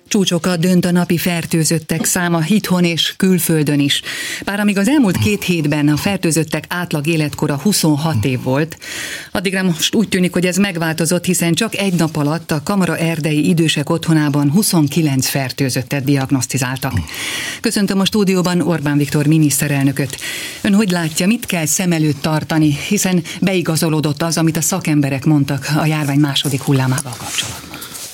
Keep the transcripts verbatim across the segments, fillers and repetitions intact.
Csúcsokat dönt a napi fertőzöttek száma itthon és külföldön is. Bár amíg az elmúlt két hétben a fertőzöttek átlag életkora huszonhat év volt, addigra most úgy tűnik, hogy ez megváltozott, hiszen csak egy nap alatt a Kamara-Erdei Idősek Otthonában huszonkilenc fertőzöttet diagnosztizáltak. Köszöntöm a stúdióban Orbán Viktor miniszterelnököt. Ön hogy látja, mit kell szem előtt tartani, hiszen beigazolódott az, amit a szakemberek mondtak a járvány második hullámával kapcsolatban?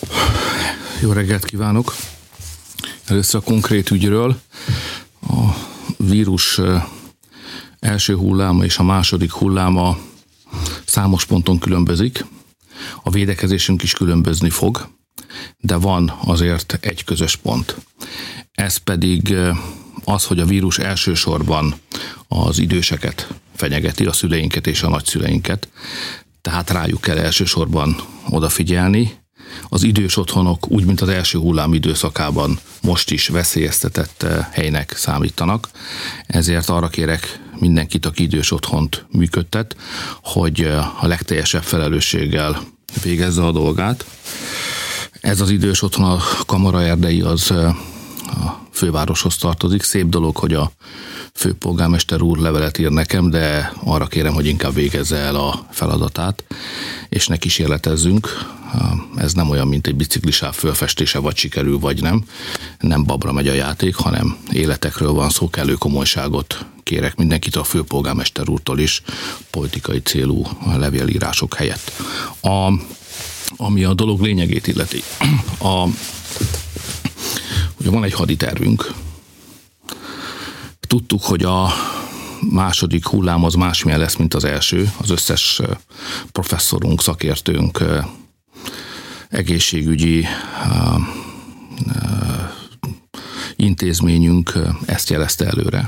Jó reggelt kívánok! Először a konkrét ügyről. A vírus első hulláma és a második hulláma számos ponton különbözik. A védekezésünk is különbözni fog, de van azért egy közös pont. Ez pedig az, hogy a vírus elsősorban az időseket fenyegeti, a szüleinket és a nagyszüleinket, tehát rájuk kell elsősorban odafigyelni. Az idős otthonok úgy, mint az első hullám időszakában most is veszélyeztetett helynek számítanak, ezért arra kérek mindenkit, aki idős otthont működtet, hogy a legteljesebb felelősséggel végezze a dolgát. Ez az idős otthon, a Kamara-Erdei, az a fővároshoz tartozik. Szép dolog, hogy a főpolgármester úr levelet ír nekem, de arra kérem, hogy inkább végezze el a feladatát, és ne kísérletezzünk. Ez nem olyan, mint egy biciklisáv fölfestése, vagy sikerül, vagy nem. Nem babra megy a játék, hanem életekről van szó, kellő komolyságot kérek mindenkit, a főpolgármester úrtól is, politikai célú levélírások helyett. A, ami a dolog lényegét illeti. A, ugye van egy haditervünk. Tudtuk, hogy a második hullám az másmilyen lesz, mint az első. Az összes professzorunk, szakértőnk, egészségügyi uh, uh, intézményünk ezt jelezte előre.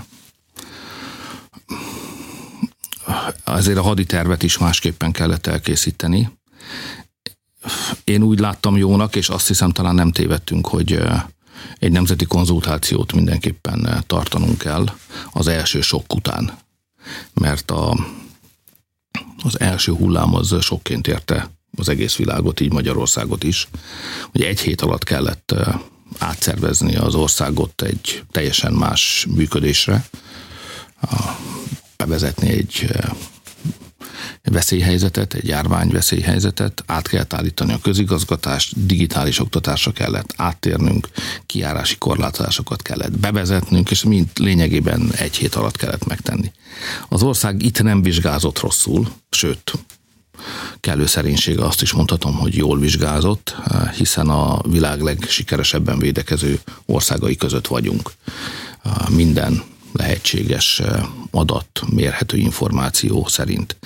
Ezért a haditervet is másképpen kellett elkészíteni. Én úgy láttam jónak, és azt hiszem talán nem tévedtünk, hogy egy nemzeti konzultációt mindenképpen tartanunk kell az első sokk után. Mert a, az első hullám az sokként érte az egész világot, így Magyarországot is, hogy egy hét alatt kellett átszervezni az országot egy teljesen más működésre, bevezetni egy veszélyhelyzetet, egy járványveszélyhelyzetet, át kellett állítani a közigazgatást, digitális oktatásra kellett áttérnünk, kijárási korlátozásokat kellett bevezetnünk, és mind lényegében egy hét alatt kellett megtenni. Az ország itt nem vizsgázott rosszul, sőt, kellő szerénysége azt is mondhatom, hogy jól vizsgázott, hiszen a világ legsikeresebben védekező országai között vagyunk. Minden lehetséges adat, mérhető információ szerint.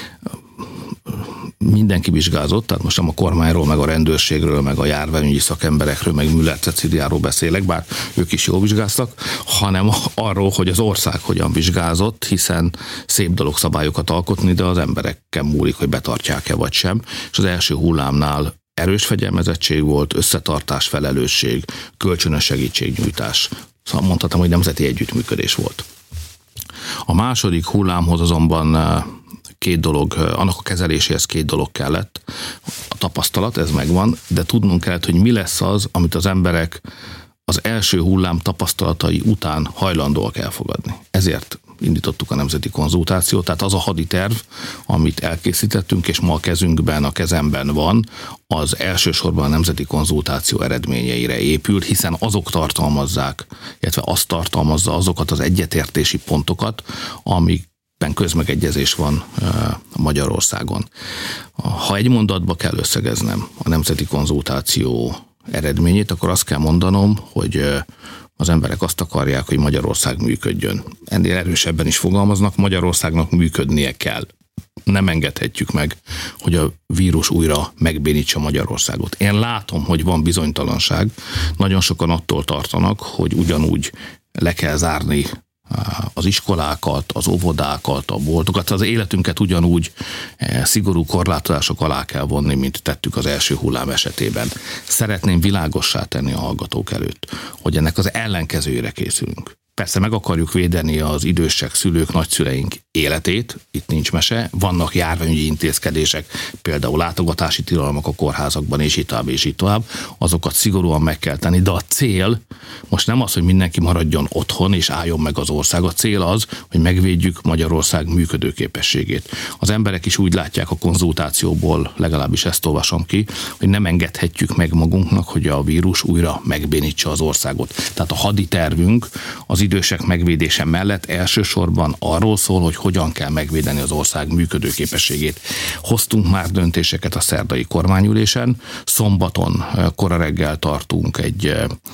Mindenki vizsgázott, tehát most nem a kormányról, meg a rendőrségről, meg a járványügyi szakemberekről, meg Müller Ceciliáról beszélek, bár ők is jól vizsgáztak, hanem arról, hogy az ország hogyan vizsgázott, hiszen szép dolog szabályokat alkotni, de az embereken múlik, hogy betartják-e vagy sem, és az első hullámnál erős fegyelmezettség volt, összetartás, felelősség, kölcsönös segítségnyújtás. Szóval mondhatom, hogy nemzeti együttműködés volt. A második hullámhoz azonban két dolog, annak a kezeléséhez két dolog kellett. A tapasztalat, ez megvan, de tudnunk kellett, hogy mi lesz az, amit az emberek az első hullám tapasztalatai után hajlandóak elfogadni. Ezért indítottuk a nemzeti konzultációt, tehát az a haditerv, amit elkészítettünk, és ma a kezünkben, a kezemben van, az elsősorban a nemzeti konzultáció eredményeire épül, hiszen azok tartalmazzák, illetve azt tartalmazza azokat az egyetértési pontokat, amikben közmegegyezés van Magyarországon. Ha egy mondatba kell összegeznem a nemzeti konzultáció eredményét, akkor azt kell mondanom, hogy az emberek azt akarják, hogy Magyarország működjön. Ennél erősebben is fogalmaznak, Magyarországnak működnie kell. Nem engedhetjük meg, hogy a vírus újra megbénítsa Magyarországot. Én látom, hogy van bizonytalanság. Nagyon sokan attól tartanak, hogy ugyanúgy le kell zárni az iskolákat, az óvodákat, a boltokat, az életünket ugyanúgy szigorú korlátozások alá kell vonni, mint tettük az első hullám esetében. Szeretném világossá tenni a hallgatók előtt, hogy ennek az ellenkezőjére készülünk. Persze meg akarjuk védeni az idősek, szülők, nagyszüleink életét, itt nincs mese, vannak járványügyi intézkedések, például látogatási tilalmak a kórházakban, és így tovább, és így tovább, azokat szigorúan meg kell tenni, de a cél most nem az, hogy mindenki maradjon otthon és álljon meg az ország, a cél az, hogy megvédjük Magyarország működőképességét. Az emberek is úgy látják a konzultációból, legalábbis ezt olvasom ki, hogy nem engedhetjük meg magunknak, hogy a vírus újra megbénítsa az országot. Tehát a haditervünk az idősek megvédése mellett elsősorban arról szól, hogy hogyan kell megvédeni az ország működőképességét. Hoztunk már döntéseket a szerdai kormányülésen, szombaton kora reggel tartunk egy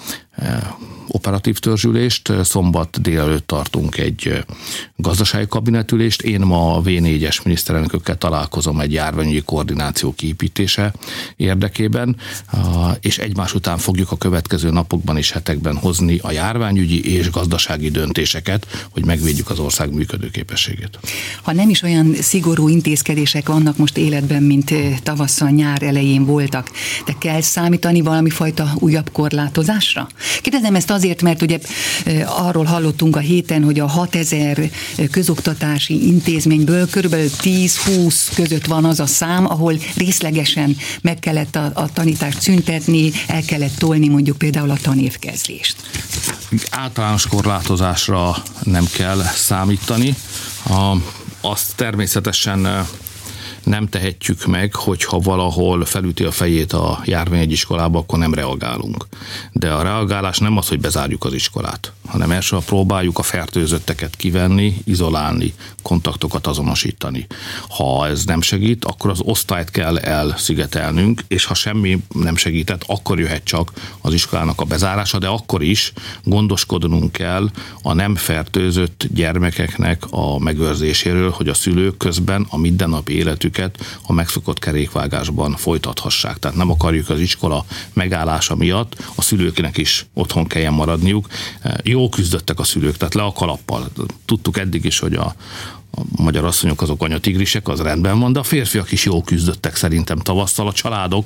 operatív törzsülést, szombat délelőtt tartunk egy gazdasági kabinetülést, én ma a vé négyes miniszterelnökökkel találkozom egy járványügyi koordináció kiépítése érdekében, és egymás után fogjuk a következő napokban és hetekben hozni a járványügyi és gazdasági döntéseket, hogy megvédjük az ország működőképességét. Ha nem is olyan szigorú intézkedések vannak most életben, mint tavasszal, nyár elején voltak, de kell számítani valami fajta újabb korlátozásra? Kérdezem ezt azért, mert ugye arról hallottunk a héten, hogy a hatezer közoktatási intézményből körülbelül tíz-húsz között van az a szám, ahol részlegesen meg kellett a, a tanítást szüntetni, el kellett tolni mondjuk például a tanévkezdést. Általános korlátozásra nem kell számítani. A, azt természetesen nem tehetjük meg, hogyha valahol felüti a fejét a járvány egy iskolába, akkor nem reagálunk. De a reagálás nem az, hogy bezárjuk az iskolát, hanem elsősorban próbáljuk a fertőzötteket kivenni, izolálni, kontaktokat azonosítani. Ha ez nem segít, akkor az osztályt kell elszigetelnünk, és ha semmi nem segített, akkor jöhet csak az iskolának a bezárása, de akkor is gondoskodnunk kell a nem fertőzött gyermekeknek a megőrzéséről, hogy a szülők közben a mindennapi életük a megszokott kerékvágásban folytathassák. Tehát nem akarjuk az iskola megállása miatt a szülőknek is otthon kelljen maradniuk. Jól küzdöttek a szülők, tehát le a kalappal. Tudtuk eddig is, hogy a A magyar asszonyok azok anyatigrisek, az rendben van, de a férfiak is jól küzdöttek szerintem tavasszal. A családok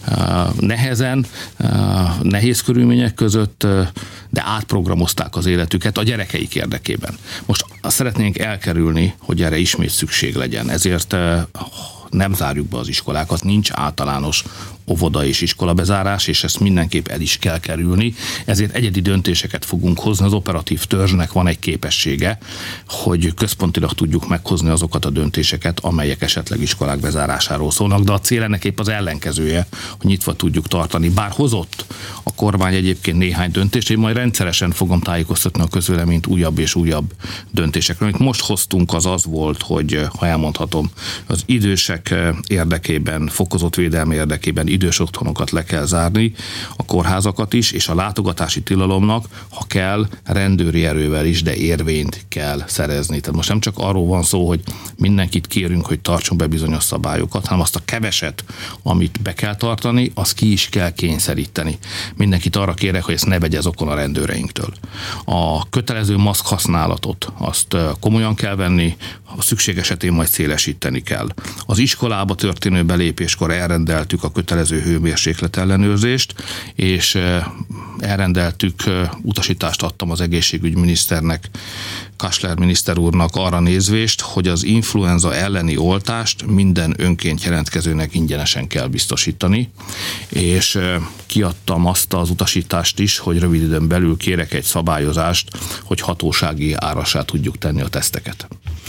nehezen, nehéz körülmények között, de átprogramozták az életüket a gyerekeik érdekében. Most azt szeretnénk elkerülni, hogy erre ismét szükség legyen. Ezért nem zárjuk be az iskolákat, nincs általános óvoda és iskola bezárás, és ezt mindenképp el is kell kerülni. Ezért egyedi döntéseket fogunk hozni. Az operatív törzsnek van egy képessége, hogy központilag tudjuk meghozni azokat a döntéseket, amelyek esetleg iskolák bezárásáról szólnak, de a cél ennek épp az ellenkezője, hogy nyitva tudjuk tartani. Bár hozott a kormány egyébként néhány döntést, én majd rendszeresen fogom tájékoztatni a közvéleményt újabb és újabb döntésekről. Amit most hoztunk, az az volt, hogy ha elmondhatom, az idősek érdekében, fokozott védelmi érdekében idős otthonokat le kell zárni, a kórházakat is, és a látogatási tilalomnak, ha kell, rendőri erővel is, de érvényt kell szerezni. Tehát most nem csak arról van szó, hogy mindenkit kérünk, hogy tartson be bizonyos szabályokat, hanem azt a keveset, amit be kell tartani, azt ki is kell kényszeríteni. Mindenkit arra kérek, hogy ezt ne vegye zokon a rendőreinktől. A kötelező maszk használatot, azt komolyan kell venni, a szükség esetén majd szélesíteni kell. Az iskolába történő belépéskor elrendeltük a kötelező hőmérséklet ellenőrzést, és elrendeltük, utasítást adtam az egészségügyminiszternek, Kásler miniszter úrnak arra nézvést, hogy az influenza elleni oltást minden önként jelentkezőnek ingyenesen kell biztosítani, és kiadtam azt az utasítást is, hogy rövid időn belül kérek egy szabályozást, hogy hatósági árassá tudjuk tenni a teszteket.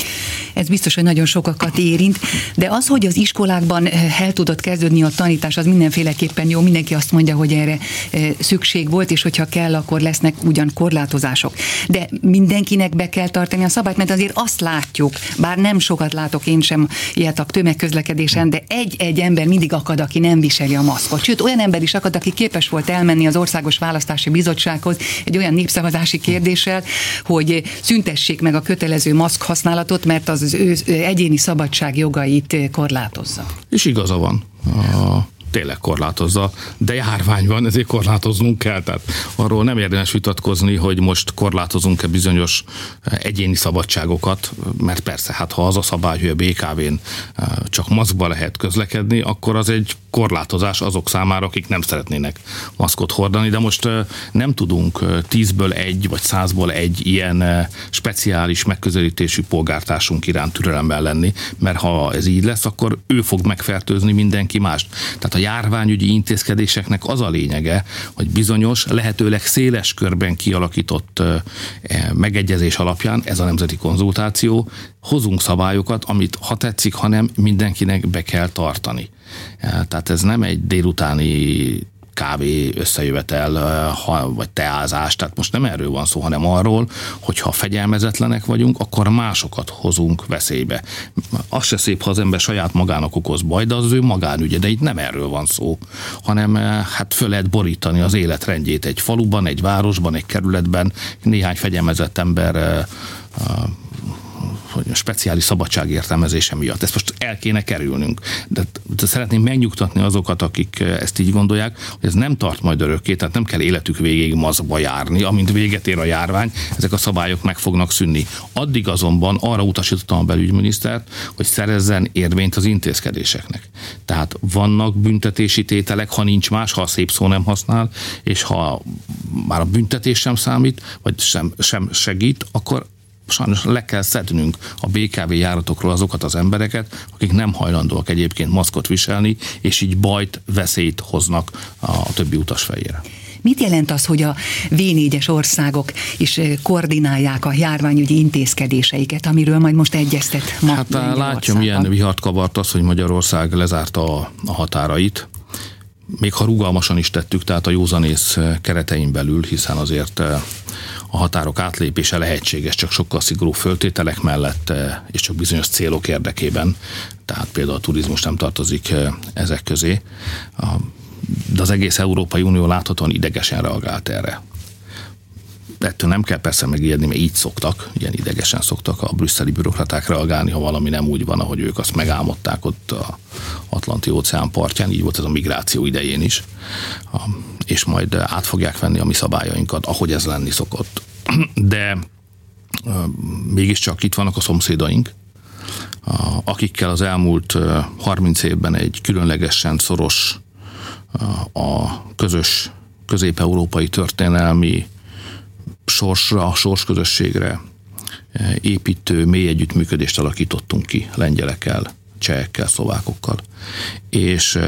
Ez biztos, hogy nagyon sokakat érint, de az, hogy az iskolákban el tudott kezdődni a tanítás, az mindenféleképpen jó, mindenki azt mondja, hogy erre szükség volt, és hogyha kell, akkor lesznek ugyan korlátozások. De mindenkinek be kell tartani a szabályt, mert azért azt látjuk, bár nem sokat látok én sem ilyet a tömegközlekedésen, de egy-egy ember mindig akad, aki nem viseli a maszkot. Sőt, olyan ember is akad, aki képes volt elmenni az Országos Választási Bizottsághoz egy olyan népszavazási kérdéssel, hogy szüntessék meg a kötelező maszk használatot, mert az az ő egyéni szabadság jogait korlátozza. És igaza van. A tényleg korlátozza, de járvány van, ezért korlátoznunk kell. Tehát arról nem érdemes vitatkozni, hogy most korlátozunk-e bizonyos egyéni szabadságokat, mert persze, hát ha az a szabály, hogy a bé ká vén csak maszkba lehet közlekedni, akkor az egy korlátozás azok számára, akik nem szeretnének maszkot hordani, de most nem tudunk tízből egy vagy százból egy ilyen speciális megközelítésű polgártársunk iránt türelemmel lenni, mert ha ez így lesz, akkor ő fog megfertőzni mindenki mást. Tehát a járványügyi intézkedéseknek az a lényege, hogy bizonyos, lehetőleg széles körben kialakított megegyezés alapján, ez a nemzeti konzultáció, hozunk szabályokat, amit ha tetszik, ha nem, mindenkinek be kell tartani. Tehát ez nem egy délutáni kávé összejövetel, vagy teázás, tehát most nem erről van szó, hanem arról, hogy ha fegyelmezetlenek vagyunk, akkor másokat hozunk veszélybe. Az se szép, ha az ember saját magának okoz baj, de az, az ő magánügye, de itt nem erről van szó, hanem hát föl lehet borítani az életrendjét egy faluban, egy városban, egy kerületben, néhány fegyelmezett ember hogy a speciális szabadságértelmezése miatt. Ezt most el kéne kerülnünk. De, de szeretném megnyugtatni azokat, akik ezt így gondolják, hogy ez nem tart majd örökké, tehát nem kell életük végéig maszkba járni, amint véget ér a járvány, ezek a szabályok meg fognak szűnni. Addig azonban arra utasítottam a belügyminisztert, hogy szerezzen érvényt az intézkedéseknek. Tehát vannak büntetési tételek, ha nincs más, ha a szép szó nem használ, és ha már a büntetés sem számít, vagy sem, sem segít, akkor sajnos le kell szednünk a bé ká vé járatokról azokat az embereket, akik nem hajlandóak egyébként maszkot viselni, és így bajt, veszélyt hoznak a többi utas fejére. Mit jelent az, hogy a vé négyes országok is koordinálják a járványügyi intézkedéseiket, amiről majd most egyeztet ma? Hát látja, milyen vihart kavart az, hogy Magyarország lezárta a, a határait, még ha rugalmasan is tettük, tehát a józanész keretein belül, hiszen azért a határok átlépése lehetséges, csak sokkal szigorú föltételek mellett, és csak bizonyos célok érdekében, tehát például a turizmus nem tartozik ezek közé, de az egész Európai Unió láthatóan idegesen reagált erre. Ettől nem kell persze megijedni, mert így szoktak, ilyen idegesen szoktak a brüsszeli bürokraták reagálni, ha valami nem úgy van, ahogy ők azt megálmodták ott a Atlanti óceán partján, így volt ez a migráció idején is, és majd át fogják venni a mi szabályainkat, ahogy ez lenni szokott. De mégiscsak itt vannak a szomszédaink, akikkel az elmúlt harminc évben egy különlegesen szoros, a közös közép-európai történelmi sorsra, sorsközösségre építő, mély együttműködést alakítottunk ki lengyelekkel, csehekkel, szlovákokkal, és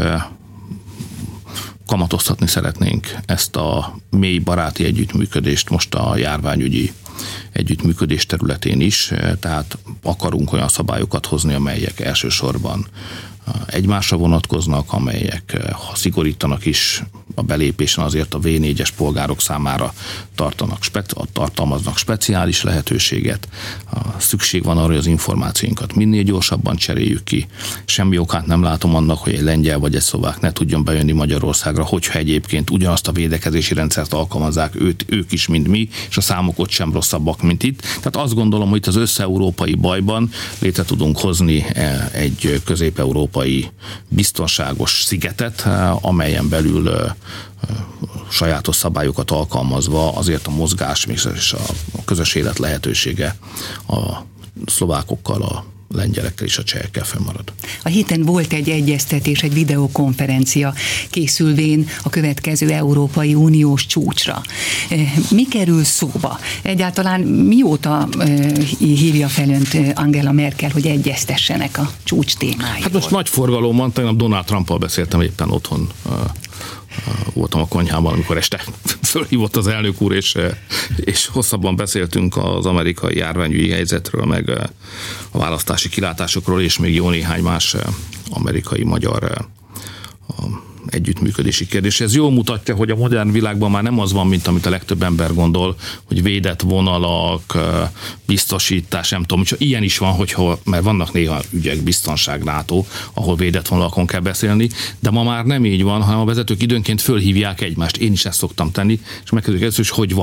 kamatoztatni szeretnénk ezt a mély baráti együttműködést most a járványügyi együttműködés területén is, tehát akarunk olyan szabályokat hozni, amelyek elsősorban egymásra vonatkoznak, amelyek, ha szigorítanak is a belépésen, azért a vé négyes polgárok számára tartanak, tartalmaznak speciális lehetőséget. Szükség van arra, hogy az információinkat minél gyorsabban cseréljük ki. Semmi okát nem látom annak, hogy egy lengyel vagy egy szlovák ne tudjon bejönni Magyarországra, hogyha egyébként ugyanazt a védekezési rendszert alkalmazzák őt, ők is, mint mi, és a számok ott sem rosszabbak, mint itt. Tehát azt gondolom, hogy itt az össze-európai bajban létre tudunk hozni egy közép-európai biztonságos szigetet, amelyen belül sajátos szabályokat alkalmazva azért a mozgás és a közös élet lehetősége a szlovákokkal, a lengyelekkel és a csehekkel fennmarad. A héten volt egy egyeztetés, egy videokonferencia készülvén a következő Európai Uniós csúcsra. Mi kerül szóba? Egyáltalán mióta hívja fel önt Angela Merkel, hogy egyeztessenek a csúcs témáiról? Hát most nagy forgalom van, tegnap Donald Trumppal beszéltem éppen otthon, voltam a konyhában, amikor este fölhívott az elnök úr, és, és hosszabban beszéltünk az amerikai járványügyi helyzetről, meg a választási kilátásokról, és még jó néhány más amerikai-magyar együttműködési kérdés. Ez jól mutatja, hogy a modern világban már nem az van, mint amit a legtöbb ember gondol, hogy védett vonalak, biztosítás, nem tudom, csak ilyen is van, hogyha, mert vannak néha ügyek, biztonság, NATO, ahol védett vonalakon kell beszélni, de ma már nem így van, hanem a vezetők időnként fölhívják egymást. Én is ezt szoktam tenni, és megkezdődik először, hogy hogy van.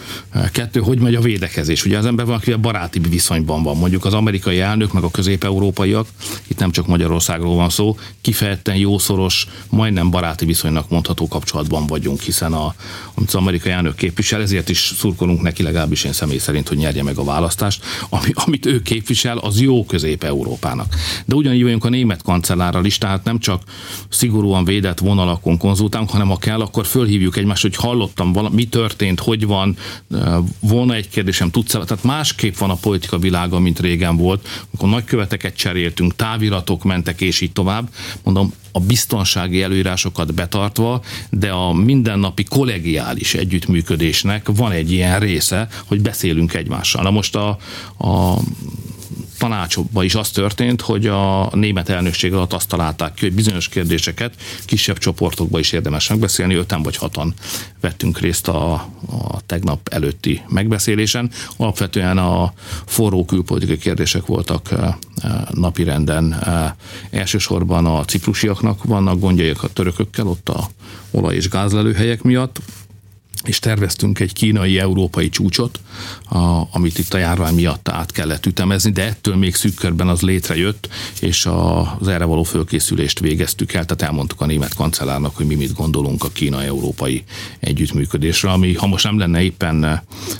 Kettő, hogy megy a védekezés. Ugye az ember van, akivel baráti viszonyban van. Mondjuk az amerikai elnök, meg a közép-európaiak, itt nem csak Magyarországról van szó, kifejezetten jószoros, majdnem baráti viszonynak mondható kapcsolatban vagyunk, hiszen a, amit az amerikai elnök képvisel, ezért is szurkolunk neki, legalábbis én személy szerint, hogy nyerje meg a választást. Ami, amit ő képvisel, az jó Közép-Európának. De ugyanígy vagyunk a német kancellárral is, tehát nem csak szigorúan védett vonalakon konzultálunk, hanem ha kell, akkor fölhívjuk egymást, hogy hallottam, valami, mi történt, hogy van, volna egy kérdésem, tudsz, tehát másképp van a politika világa, mint régen volt, amikor nagyköveteket cseréltünk, táviratok mentek, és így tovább. Mondom, a biztonsági előírásokat betartva, de a mindennapi kollegiális együttműködésnek van egy ilyen része, hogy beszélünk egymással. Na most a, a tanácsokban is az történt, hogy a német elnökség alatt azt találták ki, hogy bizonyos kérdéseket kisebb csoportokban is érdemes megbeszélni, öten vagy hatan vettünk részt a, a tegnap előtti megbeszélésen. Alapvetően a forró külpolitikai kérdések voltak napirenden. Elsősorban a ciprusiaknak vannak gondjaik a törökökkel, ott a olaj- és gázlelőhelyek miatt, és terveztünk egy kínai-európai csúcsot, a, amit itt a járvány miatt át kellett ütemezni, de ettől még szűk körben az létrejött, és a, az erre való fölkészülést végeztük el, tehát elmondtuk a német kancellárnak, hogy mi mit gondolunk a kínai-európai együttműködésre, ami ha most nem lenne éppen uh,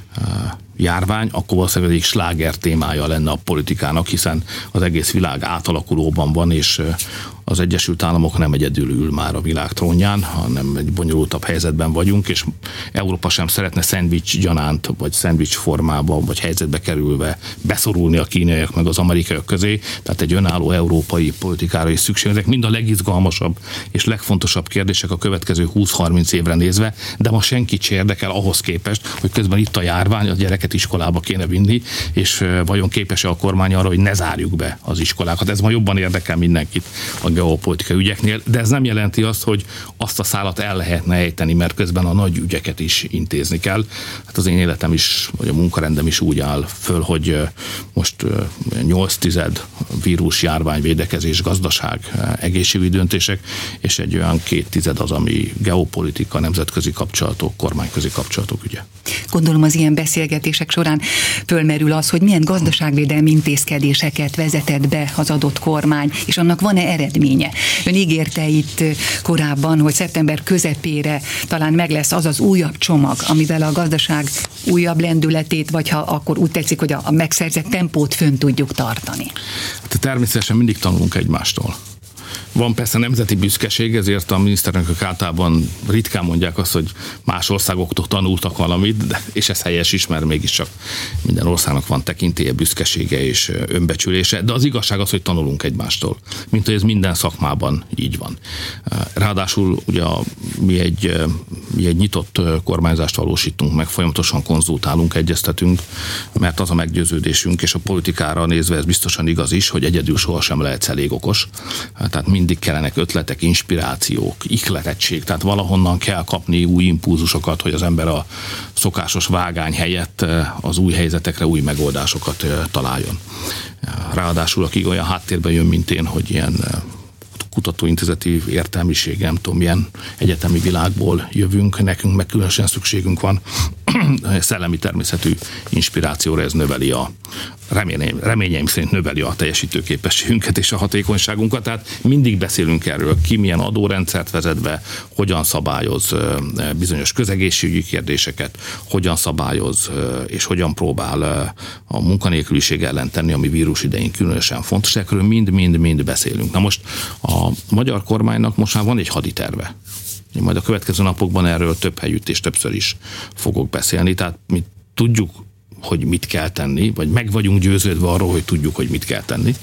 járvány, akkor valószínűleg egyik sláger témája lenne a politikának, hiszen az egész világ átalakulóban van, és az Egyesült Államok nem egyedül ül már a világ trónján, hanem egy bonyolultabb helyzetben vagyunk, és Európa sem szeretne szendvics gyanánt, vagy szendvics formában, vagy helyzetbe kerülve beszorulni a kínaiak meg az amerikaiak közé, tehát egy önálló európai politikára is szükség. Ezek mind a legizgalmasabb és legfontosabb kérdések a következő húsz-harminc évre nézve, de ma senkit se érdekel ahhoz képest, hogy közben itt a járvány, a gyereket iskolába kéne vinni, és vajon képes-e a kormány arra, hogy ne zárjuk be az iskolákat. Ez ma jobban érdekel mindenkit a geopolitikai ügyeknél, de ez nem jelenti azt, hogy azt a szálat el lehetne ejteni, mert közben a nagy ügyeket is intézni kell. Hát az én életem is, vagy a munkarendem is úgy áll föl, hogy most nyolc tized vírus, járvány, védekezés, gazdaság, egészségügyi döntések, és egy olyan két tized az, ami geopolitika, nemzetközi kapcsolatok, kormányközi kapcsolatok ügye. Gondolom az ilyen beszélgetések során fölmerül az, hogy milyen gazdaságvédelmi intézkedéseket vezetett be az adott kormány, és annak van-e eredménye. Ön ígérte itt korábban, hogy szeptember közepére talán meg lesz az az újabb csomag, amivel a gazdaság újabb lendületét, vagy ha akkor úgy tetszik, hogy a megszerzett tempót fönn tudjuk tartani. Hát természetesen mindig tanulunk egymástól. Van persze nemzeti büszkeség, ezért a miniszterelnökök általában ritkán mondják azt, hogy más országoktól tanultak valamit, de, és ez helyes is, mert mégiscsak minden országnak van tekintélye, büszkesége és önbecsülése, de az igazság az, hogy tanulunk egymástól, mint hogy ez minden szakmában így van. Ráadásul ugye mi egy, mi egy nyitott kormányzást valósítunk meg, folyamatosan konzultálunk, egyeztetünk, mert az a meggyőződésünk, és a politikára nézve ez biztosan igaz is, hogy egyedül sohasem lehetsz elég okos, tehát mindig kellenek ötletek, inspirációk, ihletettség, tehát valahonnan kell kapni új impulzusokat, hogy az ember a szokásos vágány helyett az új helyzetekre új megoldásokat találjon. Ráadásul aki olyan háttérben jön, mint én, hogy ilyen kutatóintézeti értelmiség, nem tudom, milyen egyetemi világból jövünk, nekünk meg különösen szükségünk van szellemi természetű inspirációra, ez növeli a reményeim, reményeim szerint növeli a teljesítőképességünket és a hatékonyságunkat, tehát mindig beszélünk erről, ki milyen adórendszert vezet be, hogyan szabályoz bizonyos közegészségügyi kérdéseket, hogyan szabályoz és hogyan próbál a munkanélküliség ellen tenni, ami vírus idején különösen fontos, erről mind-mind-mind beszélünk. Na most a magyar kormánynak most már van egy haditerve. Én majd a következő napokban erről több helyütt és többször is fogok beszélni, tehát mi tudjuk, hogy mit kell tenni, vagy meg vagyunk győződve arról, hogy tudjuk, hogy mit kell tenni.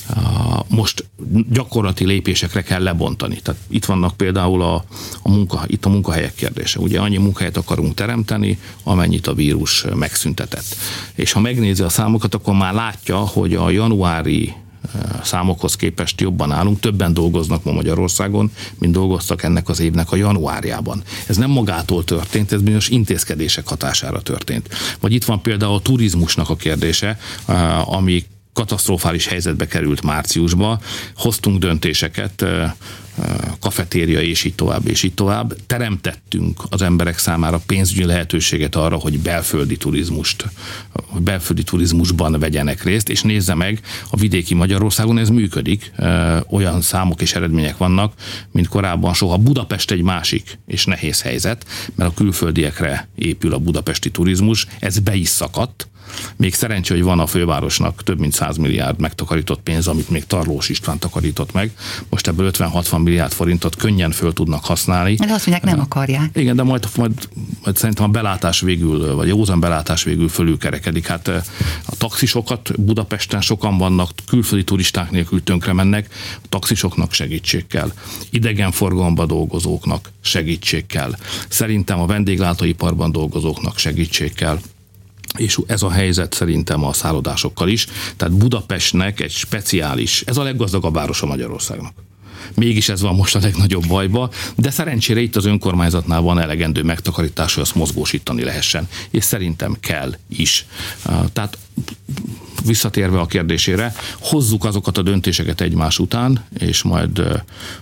Most gyakorlati lépésekre kell lebontani. Tehát itt vannak például a, a, munka, itt a munkahelyek kérdése. Ugye annyi munkahelyet akarunk teremteni, amennyit a vírus megszüntetett. És ha megnézi a számokat, akkor már látja, hogy a januári számokhoz képest jobban állunk, többen dolgoznak ma Magyarországon, mint dolgoztak ennek az évnek a januárjában. Ez nem magától történt, ez bizonyos intézkedések hatására történt. Vagy itt van például a turizmusnak a kérdése, ami katasztrofális helyzetbe került márciusba, hoztunk döntéseket, kafetéria és így tovább, és így tovább. Teremtettünk az emberek számára pénzügyi lehetőséget arra, hogy belföldi turizmust, hogy belföldi turizmusban vegyenek részt, és nézze meg, a vidéki Magyarországon ez működik. Olyan számok és eredmények vannak, mint korábban soha. Budapest egy másik és nehéz helyzet, mert a külföldiekre épül a budapesti turizmus, ez be is szakadt. Még szerencsé, hogy van a fővárosnak több mint száz milliárd megtakarított pénz, amit még Tarlós István takarított meg. Most ebből ötven-hatvan milliárd forintot könnyen föl tudnak használni. De azt mondják, nem akarják. Igen, de majd, majd, majd szerintem a belátás végül, vagy józan belátás végül fölülkerekedik. Hát a taxisokat Budapesten sokan vannak, külföldi turisták nélkül tönkre mennek, a taxisoknak segítség kell. Idegenforgalomban dolgozóknak segítség kell. Szerintem a vendéglátóiparban dolgozóknak segítség kell. És ez a helyzet szerintem a szállodásokkal is. Tehát Budapestnek egy speciális, ez a leggazdagabb városa Magyarországnak. Mégis ez van most a legnagyobb bajba, de szerencsére itt az önkormányzatnál van elegendő megtakarítás, hogy azt mozgósítani lehessen, és szerintem kell is. Tehát visszatérve a kérdésére, hozzuk azokat a döntéseket egymás után, és majd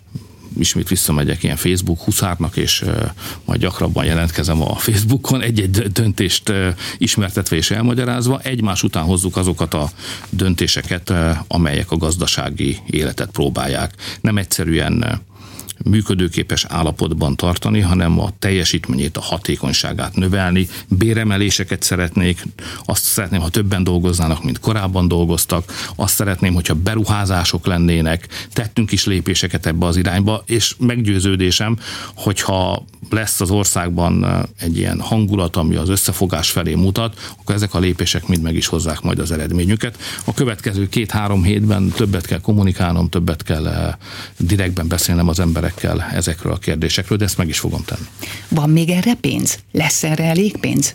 ismét visszamegyek ilyen Facebook huszárnak, és uh, majd gyakrabban jelentkezem a Facebookon, egy-egy döntést uh, ismertetve és elmagyarázva. Egymás után hozzuk azokat a döntéseket, uh, amelyek a gazdasági életet próbálják. Nem egyszerűen uh, működőképes állapotban tartani, hanem a teljesítményét, a hatékonyságát növelni. Béremeléseket szeretnék, azt szeretném, ha többen dolgoznának, mint korábban dolgoztak, azt szeretném, hogyha beruházások lennének, tettünk is lépéseket ebbe az irányba, és meggyőződésem, hogyha lesz az országban egy ilyen hangulat, ami az összefogás felé mutat, akkor ezek a lépések mind meg is hozzák majd az eredményüket. A következő két-három hétben többet kell kommunikálnom, többet kell direktben beszélnem az emberekkel ezekről a kérdésekről, de ezt meg is fogom tenni. Van még erre pénz? Lesz erre elég pénz?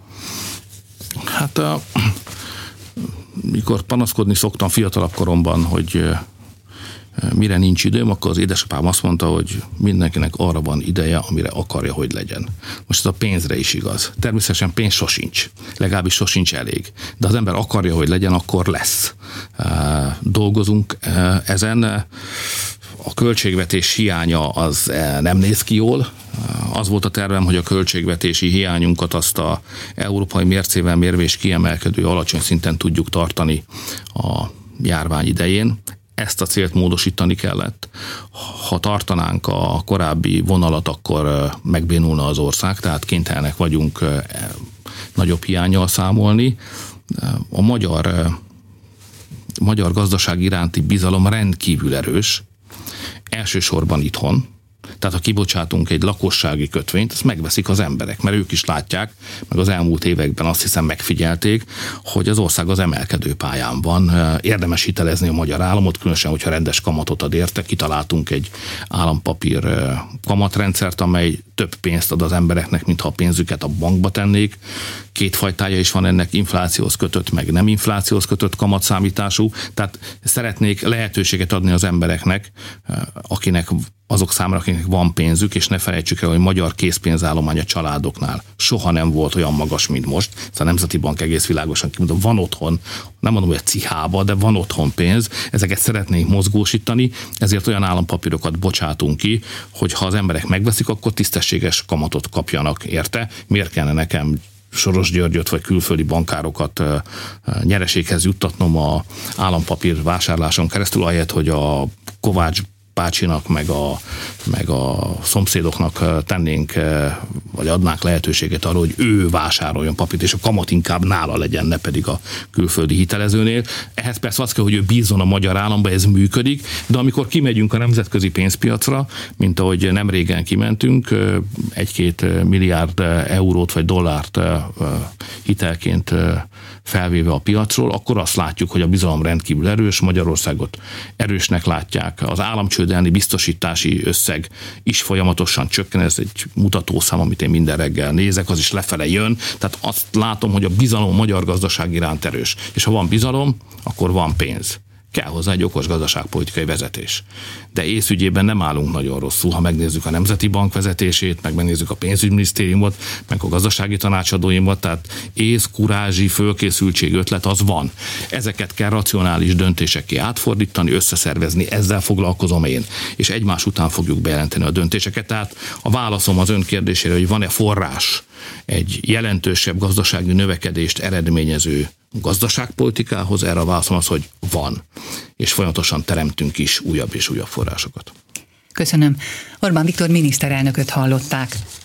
Hát a, mikor panaszkodni szoktam fiatalabb koromban, hogy mire nincs időm, akkor az édesapám azt mondta, hogy mindenkinek arra van ideje, amire akarja, hogy legyen. Most ez a pénzre is igaz. Természetesen pénz sosincs, legalábbis sosincs elég. De az ember akarja, hogy legyen, akkor lesz. Dolgozunk ezen. A költségvetés hiánya az nem néz ki jól. Az volt a tervem, hogy a költségvetési hiányunkat azt a európai mércével mérve és kiemelkedő alacsony szinten tudjuk tartani a járvány idején. Ezt a célt módosítani kellett. Ha tartanánk a korábbi vonalat, akkor megbénulna az ország, tehát kénytelenek vagyunk nagyobb hiánnyal számolni. A magyar, magyar gazdaság iránti bizalom rendkívül erős, elsősorban itthon. Tehát ha kibocsátunk egy lakossági kötvényt, ezt megveszik az emberek, mert ők is látják, meg az elmúlt években azt hiszem megfigyelték, hogy az ország az emelkedő pályán van. Érdemes hitelezni a magyar államot, különösen, hogyha rendes kamatot ad érte. Kitaláltunk egy állampapír kamatrendszert, amely több pénzt ad az embereknek, mintha a pénzüket a bankba tennék. Két fajtája is van ennek, inflációhoz kötött, meg nem inflációhoz kötött kamatszámítású. Tehát szeretnék lehetőséget adni az embereknek, akinek azok számára, akiknek van pénzük, és ne felejtsük el, hogy magyar készpénzállomány a családoknál soha nem volt olyan magas, mint most. Szóval a Nemzeti Bank egész világosan kimondta, van otthon, nem mondom, hogy a cihába, de van otthon pénz, ezeket szeretnénk mozgósítani, ezért olyan állampapírokat bocsátunk ki, hogy ha az emberek megveszik, akkor tisztességes kamatot kapjanak érte. Miért kellene nekem Soros Györgyöt vagy külföldi bankárokat nyereséghez juttatnom a állampapír vásárláson keresztül, ahelyett, hogy a Kovács bácsinak, meg a, meg a szomszédoknak tennénk, vagy adnánk lehetőséget arra, hogy ő vásároljon papírt, és a kamat inkább nála legyen, ne pedig a külföldi hitelezőnél. Ehhez persze az kell, hogy ő bízzon a magyar államba, ez működik, de amikor kimegyünk a nemzetközi pénzpiacra, mint ahogy nem régen kimentünk, egy-két milliárd eurót vagy dollárt hitelként felvéve a piacról, akkor azt látjuk, hogy a bizalom rendkívül erős, Magyarországot erősnek látják, az államcsődelni biztosítási összeg is folyamatosan csökken, ez egy mutatószám, amit én minden reggel nézek, az is lefele jön, tehát azt látom, hogy a bizalom a magyar gazdaság iránt erős, és ha van bizalom, akkor van pénz. Kell hozzá egy okos gazdaságpolitikai vezetés. De észügyében nem állunk nagyon rosszul, ha megnézzük a Nemzeti Bank vezetését, meg megnézzük a pénzügyminisztériumot, meg a gazdasági tanácsadóimat, tehát ész, kurázsi, fölkészültség, ötlet az van. Ezeket kell racionális döntésekké átfordítani, összeszervezni, ezzel foglalkozom én, és egymás után fogjuk bejelenteni a döntéseket. Tehát a válaszom az ön kérdésére, hogy van-e forrás egy jelentősebb gazdasági növekedést eredményező gazdaságpolitikához, erre a válaszom az, hogy van, és folyamatosan teremtünk is újabb és újabb forrásokat. Köszönöm. Orbán Viktor miniszterelnököt hallották.